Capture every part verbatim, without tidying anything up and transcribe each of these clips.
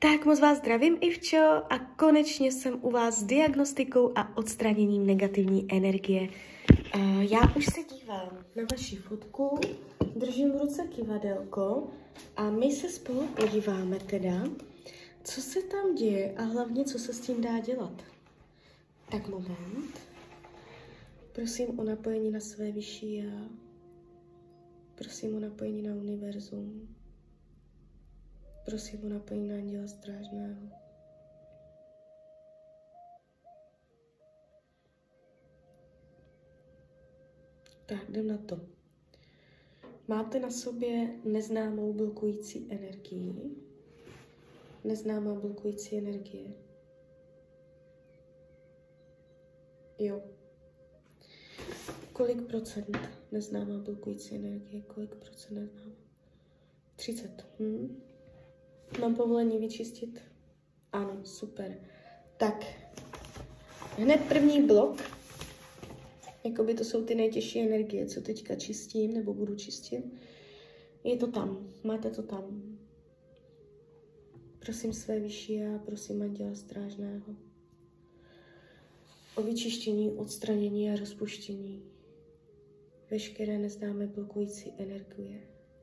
Tak moc vás zdravím, Ivčo, a konečně jsem u vás s diagnostikou a odstraněním negativní energie. Uh, já už se dívám na vaši fotku, držím v ruce kivadelko a my se spolu podíváme teda, co se tam děje a hlavně, co se s tím dá dělat. Tak moment. Prosím o napojení na své vyšší já. Prosím o napojení na univerzum. Prosím o napojení na anděla strážného. Tak, jdem na to. Máte na sobě neznámou blokující energii. Neznámá blokující energie. Jo. Kolik procent neznámá blokující energie? Kolik procent neznámá? třicet. Hm? Mám povolení vyčistit? Ano, super. Tak, hned první blok. Jakoby to jsou ty nejtěžší energie, co teďka čistím, nebo budu čistit. Je to tam, máte to tam. Prosím své vyšší já, prosím anděla strážného o vyčištění, odstranění a rozpuštění veškeré neznámé blokující energie.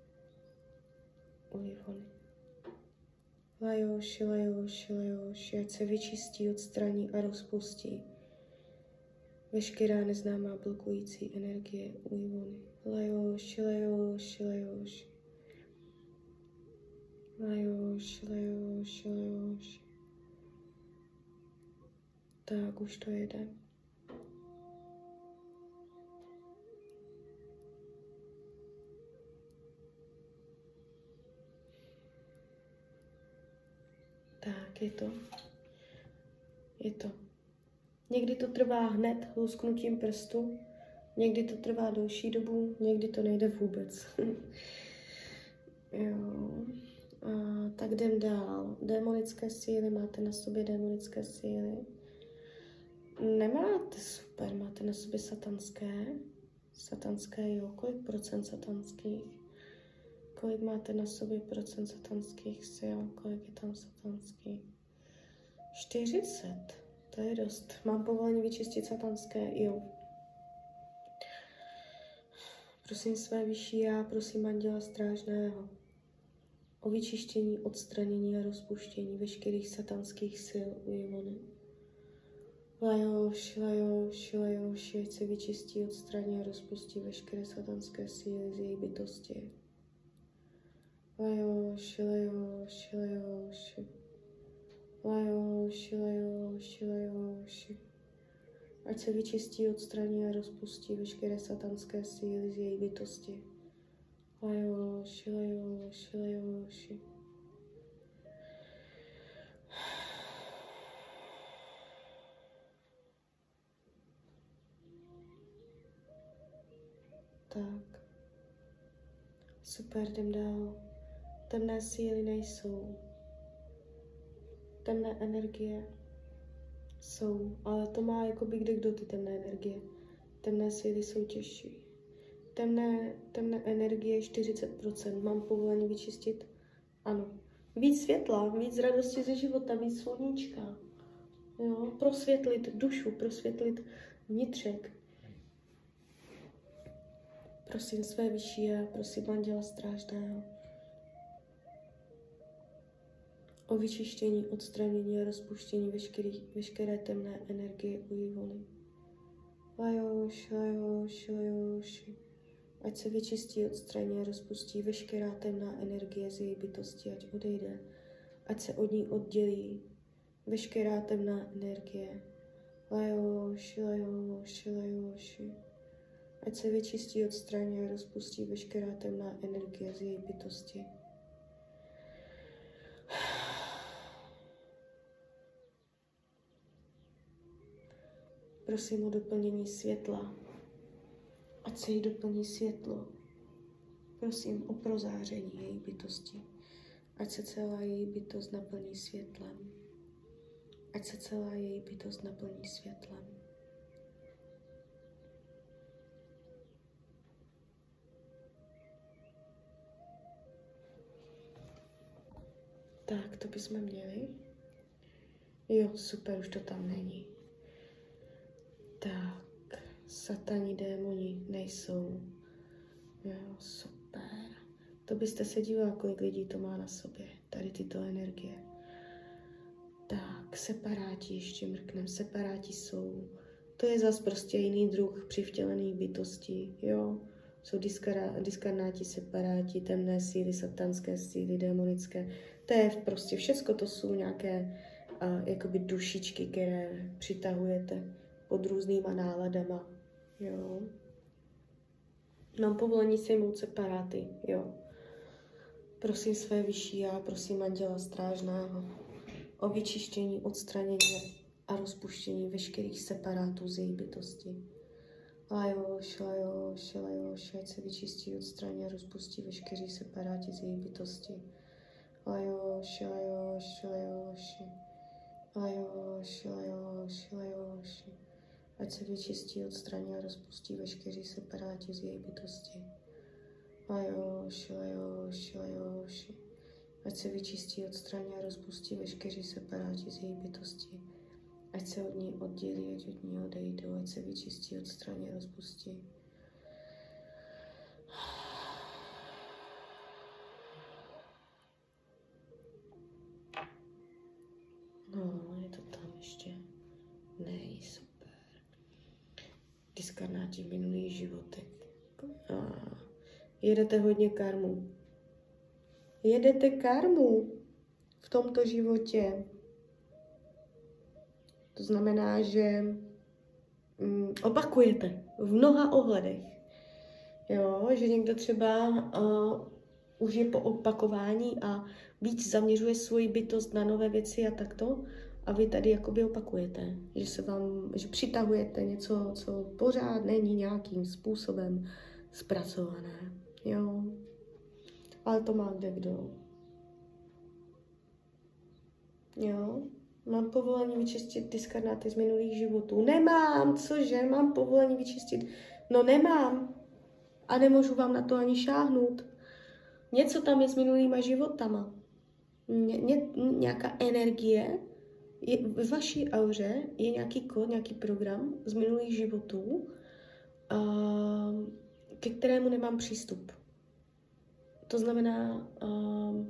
Ulivony. Lajoši, lajoši, lajoši, ať se vyčistí, odstraní a rozpustí veškerá neznámá blokující energie u Ivony. Lajoši, lajoši, lajoši. Lajoši, lajoši, lajoši. Tak, už to jede. Tak, je to. Je to. Někdy to trvá hned lusknutím prstu, někdy to trvá delší dobu, někdy to nejde vůbec. Jo. A tak jdem dál. Démonické síly, máte na sobě démonické síly. Nemáte, super, máte na sobě satanské. Satanské, jo. Kolik procent satanských? Kolik máte na sobě procent satanských sil? Kolik je tam satanských? čtyřicet. To je dost. Mám povolení vyčistit satanské, jo. Prosím své vyšší já, prosím anděla strážného o vyčištění, odstranění a rozpuštění veškerých satanských sil u Ivony. Lajoši, lajoši, lajoši, ať se vyčistí, odstraní a rozpustí veškeré satanské síly z její bytosti. Lajoši, lajoši, lajoši. Lajoši, lajoši, lajoši. Ať se vyčistí, odstraní a rozpustí veškeré satanské síly z její bytosti. Lajoši, lajoši, lajoši. Tak. Super, jdem dál. Temné síly nejsou. Temné energie jsou, ale to má jakoby kde kdo ty temné energie. Temné síly jsou těžší. Temné, temné energie čtyřicet procent. Mám povolení vyčistit? Ano. Víc světla, víc radosti ze života, víc sluníčka. Jo? Prosvětlit dušu, prosvětlit vnitřek. Prosím své vyšší já, prosím anděla strážného o vyčištění, odstranění a rozpuštění veškerý, veškeré temné energie u Ivony. Lajoši, lajoši, lajoši. Ať se vyčistí, odstraní a rozpustí veškerá temná energie z její bytosti, ať odejde. Ať se od ní oddělí veškerá temná energie. Lajoši, lajoši, lajoši. Ať se vyčistí, odstraní a rozpustí veškerá temná energie z její bytosti. Prosím o doplnění světla. Ať se jí doplní světlo. Prosím o prozáření její bytosti. Ať se celá její bytost naplní světlem. Ať se celá její bytost naplní světlem. Tak, to bychom měli. Jo, super, už to tam není. Tak, satani, démoni nejsou. Jo, super. To byste se dívali, kolik lidí to má na sobě, tady tyto energie. Tak, separáti, ještě mrknem, separáti jsou. To je zas prostě jiný druh přivtělených bytostí, jo. Jsou diskarnáti, separáti, temné síly, satanské síly, démonické. To je prostě všecko, to jsou nějaké uh, jakoby dušičky, které přitahujete pod různýma náladama, jo. Mám povolení sejmout separáty, jo. Prosím své vyšší já, prosím anděla strážného o vyčištění, odstranění a rozpuštění veškerých separátů z její bytosti. Lajoš, lajoš, lajoš, ať se vyčistí, odstraní a rozpustí veškerý separáti z její bytosti. Lajoš, lajoš, lajoš, lajoš, lajoš, lajoš, ať se vyčistí, odstraní a rozpustí veškerý separáti z její bytosti. Lajoš, lajoš, lajoš, ať se vyčistí, odstraní a rozpustí veškerý separáti z její bytosti. Ať se od ní oddělí, ať od ní odejdou, ať se vyčistí, odstraní a rozpustí. No, je to tam ještě. Nej, super. Diskarnáti v minulých životech. A jedete hodně karmu. Jedete karmu v tomto životě. To znamená, že mm, opakujete v mnoha ohledech. Jo, že někdo třeba uh, už je po opakování a víc zaměřuje svoji bytost na nové věci a takto. A vy tady jakoby opakujete, že se vám, že přitahujete něco, co pořád není nějakým způsobem zpracované. Jo. Ale to má kde kdo. Jo. Mám povolení vyčistit diskarnáty z minulých životů. Nemám, cože? Mám povolení vyčistit? No nemám. A nemůžu vám na to ani šáhnout. Něco tam je s minulýma životama. Ně, ně, nějaká energie. Je, v vaší auře je nějaký kód, nějaký program z minulých životů, uh, ke kterému nemám přístup. To znamená, uh,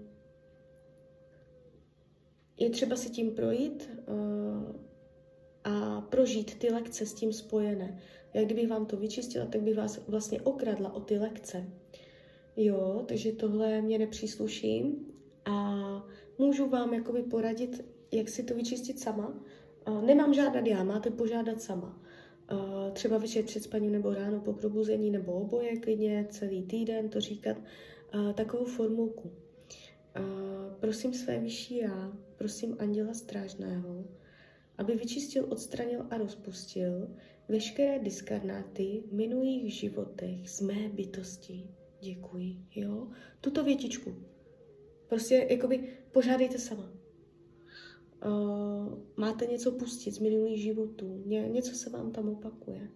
je třeba si tím projít uh, a prožít ty lekce s tím spojené. Jak kdybych vám to vyčistila, tak bych vás vlastně okradla o ty lekce. Jo, takže tohle mě nepřísluší a můžu vám jakoby poradit, jak si to vyčistit sama. Uh, nemám žádat já, máte požádat sama. Uh, třeba večer před spaním nebo ráno po probuzení nebo oboje, klidně celý týden to říkat uh, takovou formulku. Uh, prosím své vyšší já, prosím anděla strážného, aby vyčistil, odstranil a rozpustil veškeré diskarnáty v minulých životech z mé bytosti. Děkuji, jo? Tuto větičku. Prostě jakoby požádejte sama. Uh, máte něco pustit z minulých životů, Ně, něco se vám tam opakuje.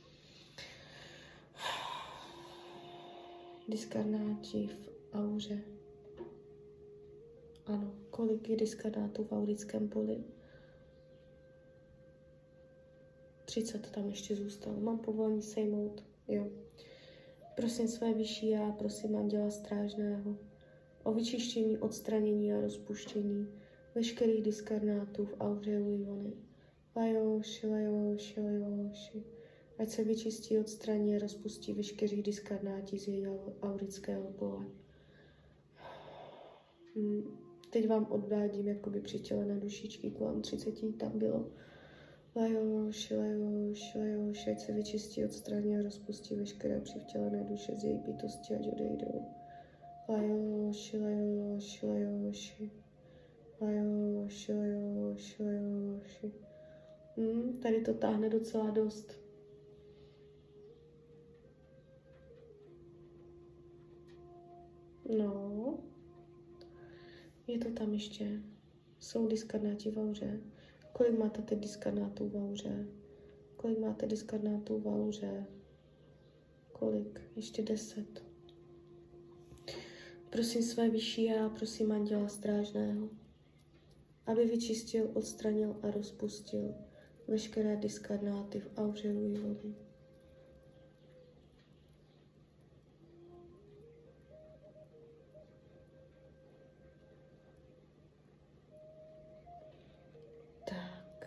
Diskarnáti v auře. Ano, kolik je diskarnátů v aurickém poli? třicet tam ještě zůstalo. Mám povolení sejmout, jo. Prosím své vyšší já, prosím anděla strážného o vyčištění, odstranění a rozpuštění veškerých diskarnátů v auře Ivony. Lajoši, lajoši, lajoši. Ať se vyčistí, odstraní a rozpustí veškerých diskarnátí z jejího aurického pole. Hmm. Teď vám odvádím jakoby přitělené dušičky, kolem třiceti tam bylo. Lajoši, lajoši, lajoši. Ať se vyčistí, odstraní a rozpustí veškeré přivtělené duše z její bytosti, ať odejdou. Lajoši, lajoši, lajoši. Lajoši, lajoši, lajoši. Hmm, tady to táhne docela dost. No. Je to tam ještě. Jsou diskarnáti v auře. Kolik máte teď diskarnátů v auře? Kolik máte diskarnátů v auře? Kolik? Ještě deset. Prosím své vyšší já, prosím anděla strážného, aby vyčistil, odstranil a rozpustil veškeré diskarnáty v auře vody. Tak.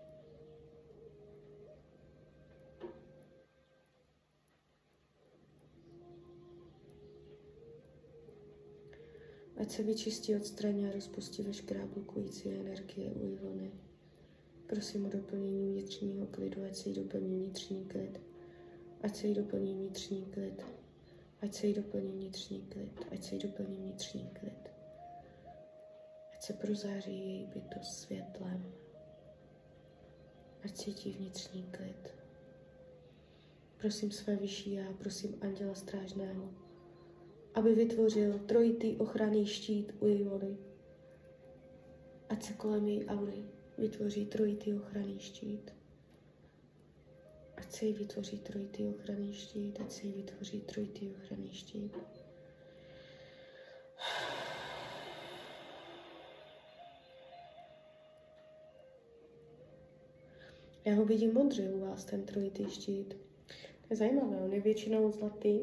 Ať se vyčistí, odstraní a rozpustí veškerá blokující energie u Ivony. Prosím o doplnění vnitřního klidu, ať se jí doplní vnitřní klid. Ať se jí doplní vnitřní klid. Ať se jí doplní vnitřní klid. Ať se jí doplní vnitřní klid. Ať se prozáří její bytost světlem. Ať cítí vnitřní klid. Prosím své vyšší já, prosím anděla strážného, aby vytvořil trojitý ochranný štít u Ivony. Ať se kolem její aury vytvoří trojitý ochranný štít. Ať se jí vytvoří trojitý ochranný štít. Ať se jí vytvoří trojitý ochranný štít. Já ho vidím modře u vás, ten trojitý štít. To je zajímavé, on je většinou zlatý.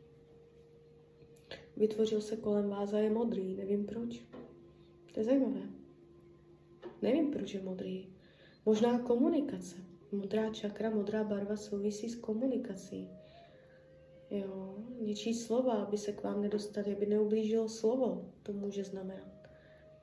Vytvořil se kolem vás a je modrý, nevím proč. To je zajímavé. Nevím, proč je modrý. Možná komunikace. Modrá čakra, modrá barva souvisí s komunikací. Jo, něčí slova, aby se k vám nedostali, aby neublížilo slovo, to může znamenat.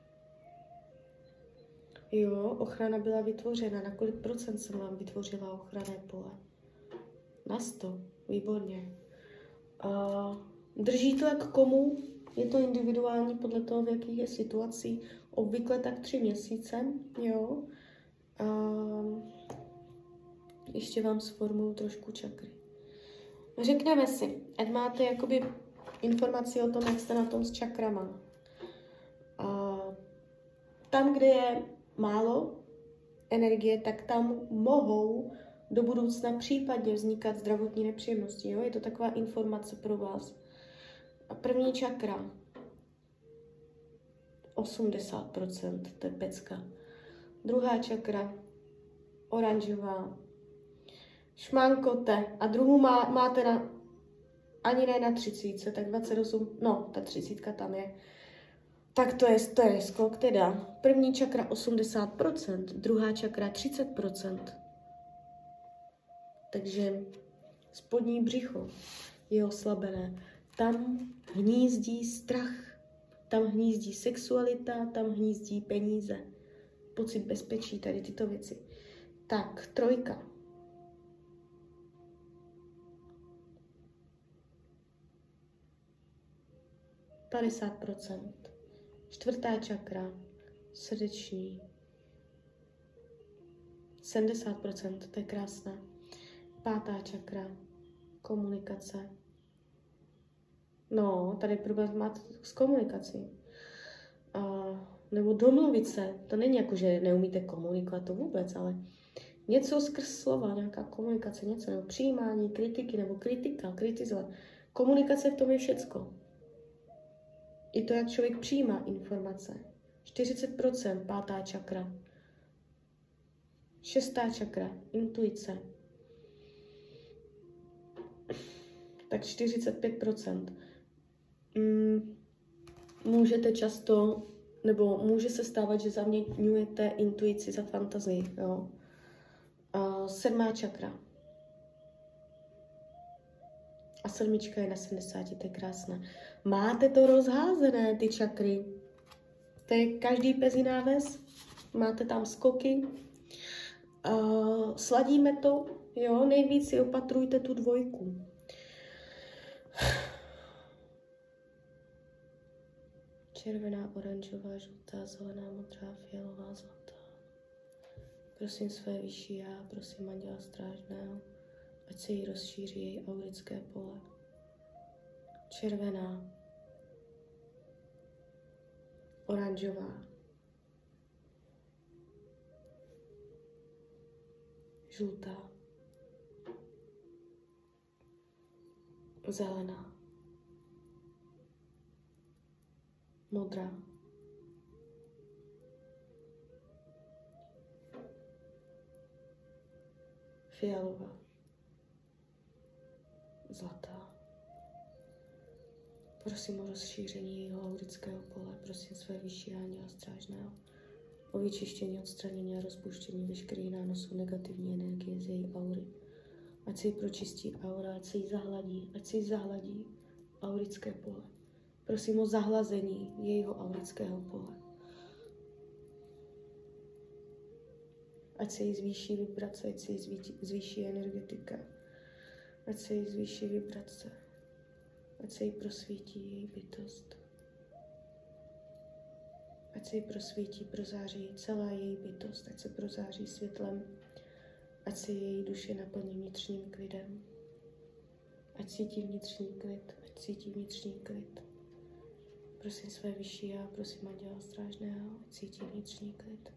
Jo, ochrana byla vytvořena. Na kolik procent jsem vám vytvořila ochranné pole? Na sto. Výborně. Uh, drží to jak komu? Je to individuální podle toho, v jakých je situací. Obvykle tak tři měsíce. Jo. Uh, ještě vám sformuju trošku čakry. Řekneme si, ať máte jakoby informaci o tom, jak jste na tom s čakrama. Uh, tam, kde je málo energie, tak tam mohou do budoucna případně vznikat zdravotní nepříjemnosti. Jo? Je to taková informace pro vás. A první čakra, osmdesát procent, to je pecka. Druhá čakra, oranžová, šmankote. A druhou má, máte na, ani ne na třicítce, tak dvacet osm, no, ta třicítka tam je. Tak to je, to je skok teda. První čakra osmdesát procent, druhá čakra třicet procent. Takže spodní břicho je oslabené. Tam hnízdí strach, tam hnízdí sexualita, tam hnízdí peníze, pocit bezpečí, tady tyto věci. Tak, trojka. padesát procent. Čtvrtá čakra, srdeční. sedmdesát procent, to je krásné. Pátá čakra, komunikace. No, tady problém máte s komunikací. Uh, nebo domluvit se. To není jako, že neumíte komunikovat, to vůbec, ale něco skrz slova, nějaká komunikace, něco, nebo přijímání, kritiky, nebo kritika, kritizovat. Komunikace v tom je všecko. I to, jak člověk přijímá informace. čtyřicet procent, pátá čakra. Šestá čakra, intuice. Tak čtyřicet pět procent. Mm, můžete často, nebo může se stávat, že zaměňujete intuici za fantazii. Jo? Uh, sedmá čakra. A sedmička je na sedmdesáti, to je krásné. Máte to rozházené, ty čakry. To je každý pezí náves. Máte tam skoky. Uh, sladíme to, jo, nejvíc si opatrujte tu dvojku. Červená, oranžová, žlutá, zelená, modrá, fialová, zlatá. Prosím své vyšší já, prosím anděla strážného, ať se jí rozšíří její aurické pole. Červená, oranžová, žlutá, zelená, modrá, fialová, zlatá. Prosím o rozšíření jejího aurického pole, prosím své vyšší anděla strážného o vyčištění, odstranění a rozpuštění veškerých nánosů negativní energie z její aury. Ať se jí pročistí aura, ať se jí zahladí, ať se jí zahladí aurické pole. Prosím o zahlazení jejího aurického pole. Ať se jí zvýší vibrace, ať se jí zvýší energetika, ať se jí zvýší vibrace, ať se jí prosvítí její bytost. Ať se jí prosvítí, prozáří celá její bytost, ať se prozáří světlem, ať se její duše naplní vnitřním klidem. Ať cítí vnitřní klid, ať cítí vnitřní klid. Prosím své vyšší já, prosím anděla strážného, ať cítí vnitřní klid.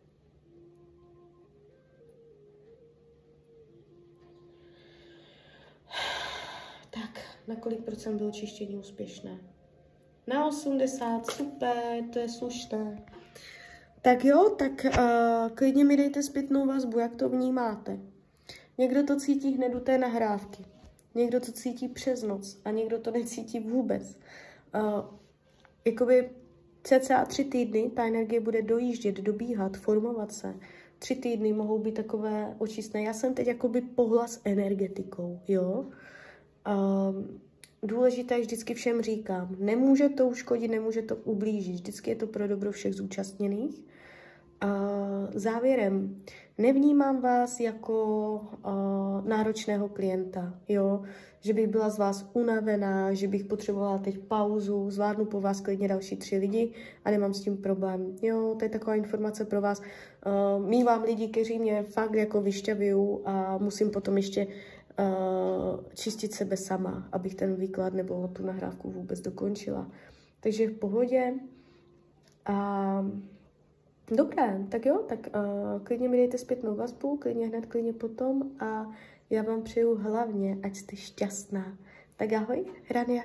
Tak, na kolik procent bylo čištění úspěšné? Na osmdesát, super, to je slušné. Tak jo, tak uh, klidně mi dejte zpětnou vazbu, jak to vnímáte. Někdo to cítí hned u té nahrávky, někdo to cítí přes noc a někdo to necítí vůbec. Uh, jakoby cca tři týdny ta energie bude dojíždět, dobíhat, formovat se. Tři týdny mohou být takové očistné. Já jsem teď jakoby pohlas energetikou, jo. Um, důležité vždycky všem říkám, nemůže to uškodit, nemůže to ublížit, vždycky je to pro dobro všech zúčastněných. Uh, závěrem, nevnímám vás jako uh, náročného klienta, jo? Že bych byla z vás unavená, že bych potřebovala teď pauzu, zvládnu po vás klidně další tři lidi a nemám s tím problém. Jo, to je taková informace pro vás. Uh, mívám lidi, kteří mě fakt jako vyšťavují a musím potom ještě uh, čistit sebe sama, abych ten výklad nebo tu nahrávku vůbec dokončila. Takže v pohodě. A dobré, tak jo, tak uh, klidně mi dejte zpětnou vazbu, klidně hned, klidně potom a já vám přeju hlavně, ať jste šťastná. Tak ahoj, Rania.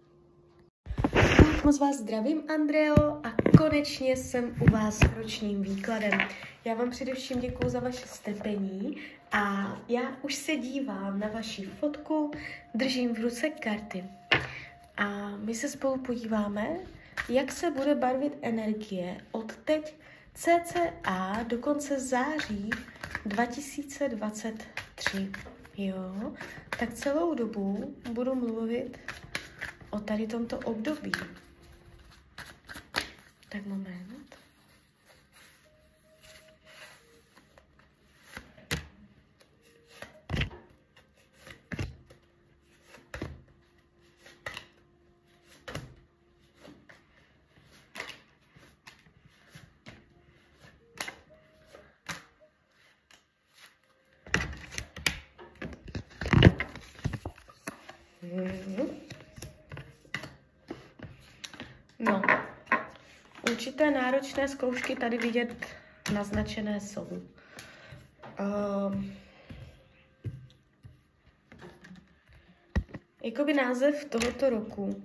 Moc vás zdravím, Andreo, a konečně jsem u vás s ročním výkladem. Já vám především děkuju za vaše strpení a já už se dívám na vaši fotku, držím v ruce karty a my se spolu podíváme, jak se bude barvit energie od teď cca do konce září dva tisíce dvacet tři. Jo, tak celou dobu budu mluvit o tady tomto období. Tak moment. No, určité náročné zkoušky tady vidět naznačené jsou. Uh, jakoby název tohoto roku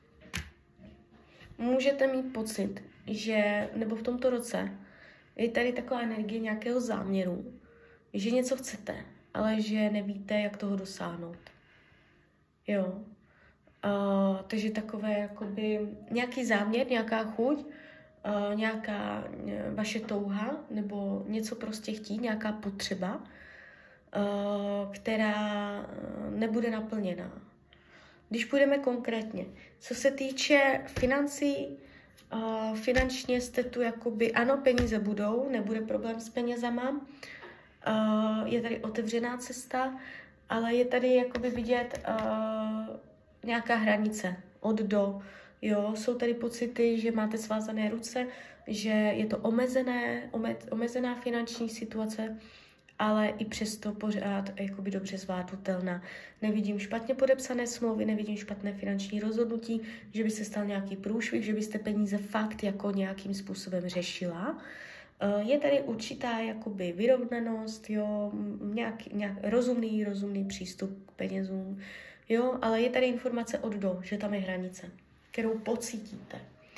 můžete mít pocit, že, nebo v tomto roce je tady taková energie nějakého záměru, že něco chcete, ale že nevíte, jak toho dosáhnout. Jo. Uh, takže takové jakoby nějaký záměr, nějaká chuť, uh, nějaká uh, vaše touha nebo něco prostě chtít, nějaká potřeba, uh, která nebude naplněná. Když půjdeme konkrétně, co se týče financí, uh, finančně jste tu jakoby, ano, peníze budou, nebude problém s penězama, uh, je tady otevřená cesta, ale je tady jakoby vidět uh, nějaká hranice od do. Jo, jsou tady pocity, že máte svázané ruce, že je to omezené, ome, omezená finanční situace, ale i přesto pořád jakoby dobře zvládnutelná. Nevidím špatně podepsané smlouvy, nevidím špatné finanční rozhodnutí, že by se stal nějaký průšvih, že byste peníze fakt jako nějakým způsobem řešila. Je tady určitá jakoby vyrovnanost, jo, nějaký, nějak rozumný, rozumný přístup k penězům, jo, ale je tady informace od do, že tam je hranice, kterou pocítíte.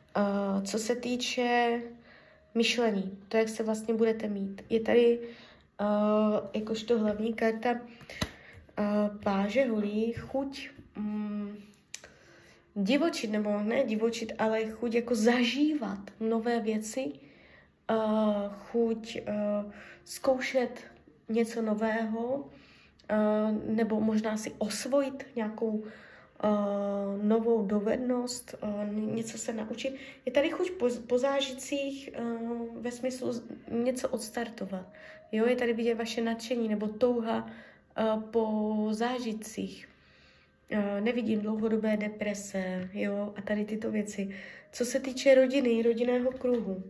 Uh, co se týče myšlení, to, jak se vlastně budete mít. Je tady uh, jakožto hlavní karta uh, páže holí, chuť um, divočit, nebo ne divočit, ale chuť jako zažívat nové věci, uh, chuť uh, zkoušet něco nového, uh, nebo možná si osvojit nějakou uh, novou dovednost, uh, něco se naučit. Je tady chuť po, po zážitcích uh, ve smyslu něco odstartovat. Jo, je tady vidět vaše nadšení nebo touha uh, po zážitcích. Uh, nevidím dlouhodobé deprese, jo, a tady tyto věci. Co se týče rodiny, rodinného kruhu.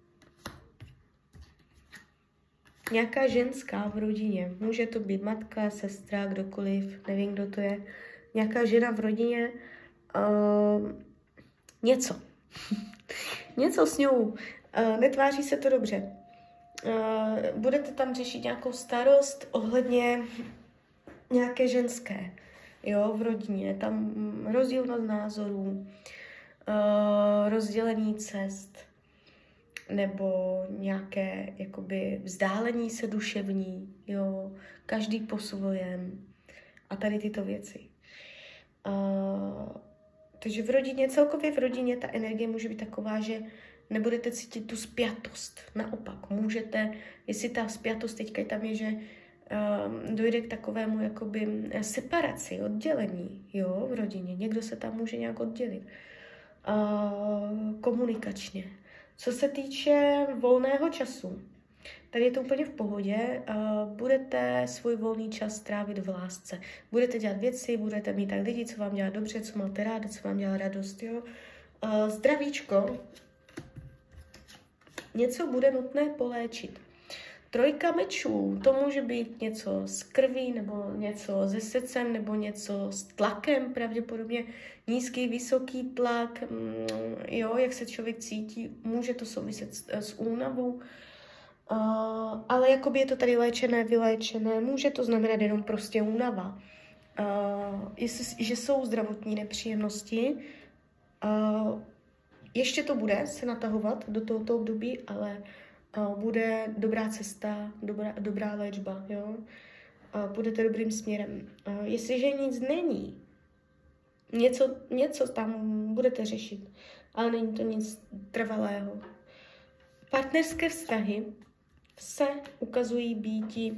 Nějaká ženská v rodině, může to být matka, sestra, kdokoliv, nevím, kdo to je. Nějaká žena v rodině, uh, něco. něco s ňou. Uh, netváří se to dobře. Uh, budete tam řešit nějakou starost ohledně nějaké ženské. Jo, v rodině, tam rozdílnost názorů, uh, rozdělení cest, nebo nějaké jakoby vzdálení se duševní, jo, každý po svojem a tady tyto věci. Uh, takže v rodině, celkově v rodině ta energie může být taková, že nebudete cítit tu spjatost. Naopak, můžete, jestli ta spjatost teďka tam je, že uh, dojde k takovému jakoby separaci, oddělení, jo, v rodině. Někdo se tam může nějak oddělit. Uh, komunikačně. Co se týče volného času, tady je to úplně v pohodě. Uh, budete svůj volný čas strávit v lásce. Budete dělat věci, budete mít tak lidi, co vám dělá dobře, co máte rádi, co vám dělá radost. Jo? Uh, zdravíčko. Něco bude nutné poléčit. Trojka mečů, to může být něco s krví, nebo něco se srdcem, nebo něco s tlakem, pravděpodobně nízký, vysoký tlak, mm, jo, jak se člověk cítí, může to souviset s, s únavou, uh, ale jakoby je to tady léčené, vyléčené, může to znamenat jenom prostě únava. Uh, jestli, že jsou zdravotní nepříjemnosti, uh, ještě to bude se natahovat do tohoto období, ale Uh, bude dobrá cesta, dobrá, dobrá léčba, jo? Uh, budete dobrým směrem. Uh, jestliže nic není, něco, něco tam budete řešit, ale není to nic trvalého. Partnerské vztahy se ukazují býti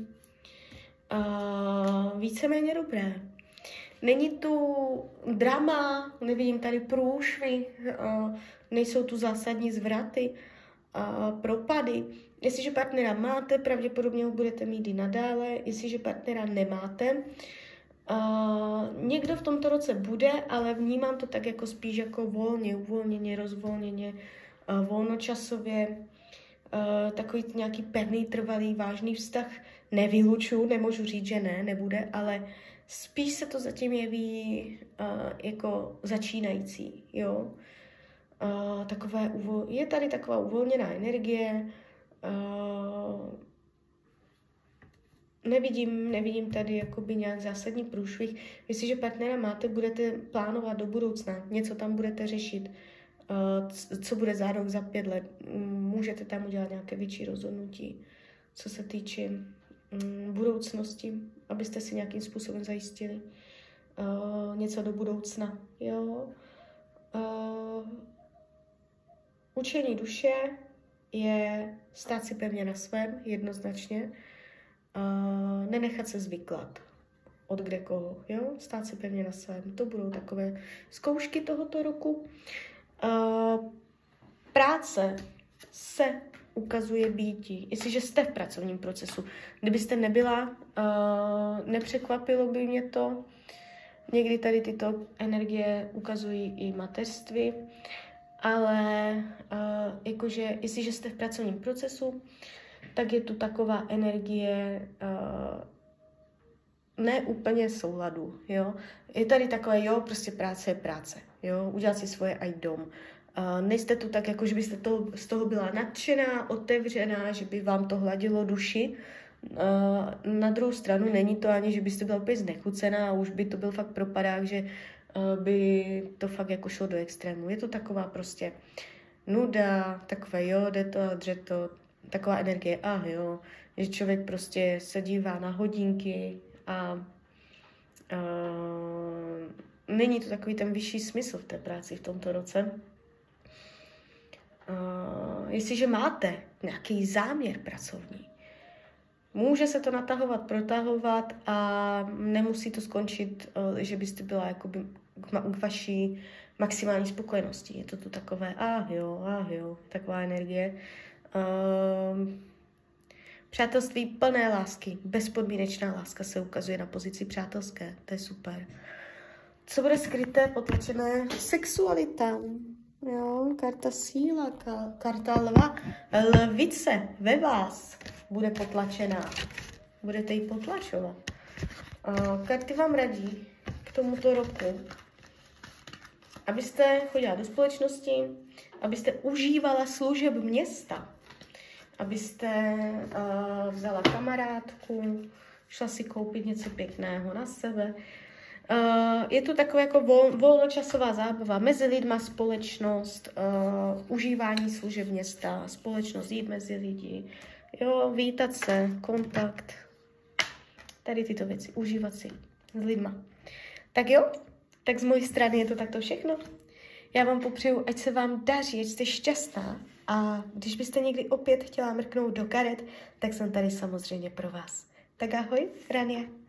uh, víceméně dobré. Není tu drama, nevidím tady průšvy, uh, nejsou tu zásadní zvraty, Uh, propady. Jestliže partnera máte, pravděpodobně ho budete mít i nadále. Jestliže partnera nemáte, uh, někdo v tomto roce bude, ale vnímám to tak jako spíš jako volně, uvolněně, rozvolněně, uh, volnočasově. Uh, takový nějaký pevný, trvalý, vážný vztah nevylučuju, nemůžu říct, že ne, nebude, ale spíš se to zatím jeví uh, jako začínající, jo. Uh, takové uvol... Je tady taková uvolněná energie. Uh, nevidím, nevidím tady jakoby nějak zásadní průšvih. Jestliže partnera máte, budete plánovat do budoucna. Něco tam budete řešit. Uh, co bude za rok, za pět let. Můžete tam udělat nějaké větší rozhodnutí, co se týče um, budoucnosti, abyste si nějakým způsobem zajistili uh, něco do budoucna. Jo? Uh, Učení duše je stát si pevně na svém, jednoznačně. Uh, nenechat se zvyklat od kde koho, jo? Stát si pevně na svém. To budou takové zkoušky tohoto roku. Uh, práce se ukazuje býti. Jestliže jste v pracovním procesu. Kdybyste nebyla, uh, nepřekvapilo by mě to. Někdy tady tyto energie ukazují i mateřství. Ale uh, jakože, jestliže jste v pracovním procesu, tak je tu taková energie uh, ne úplně souladu, jo. Je tady takové, jo, prostě práce je práce, jo, udělat si svoje a jít dom. Uh, nejste tu tak, jako že byste to, z toho byla nadšená, otevřená, že by vám to hladilo duši. Uh, na druhou stranu není to ani, že byste byla úplně znechucená a už by to byl fakt propadák, že by to fakt jako šlo do extrému. Je to taková prostě nuda, takové jo, jde to, dře to, taková energie, ah jo, že člověk prostě se dívá na hodinky a, a není to takový ten vyšší smysl v té práci v tomto roce. Uh, jestliže máte nějaký záměr pracovní, může se to natahovat, protahovat a nemusí to skončit, uh, že byste byla jakoby k vaší maximální spokojenosti. Je to tu takové, ah jo, ah jo, taková energie. Uh, přátelství plné lásky, bezpodmínečná láska se ukazuje na pozici přátelské, to je super. Co bude skryté, potlačené? Sexualita. Jo, karta síla, ka, karta lva, lvice ve vás bude potlačená. Budete ji potlačovat. Uh, karty vám radí k tomuto roku, abyste chodila do společnosti, abyste užívala služeb města, abyste uh, vzala kamarádku, šla si koupit něco pěkného na sebe. Uh, je to takové jako vol, volnočasová zábava mezi lidma, společnost, uh, užívání služeb města, společnost, jít mezi lidi, jo, vítat se, kontakt, tady tyto věci, užívat si s lidma. Tak jo, tak z mojí strany je to takto všechno. Já vám popřeju, ať se vám daří, ať jste šťastná a když byste někdy opět chtěla mrknout do karet, tak jsem tady samozřejmě pro vás. Tak ahoj, Rania.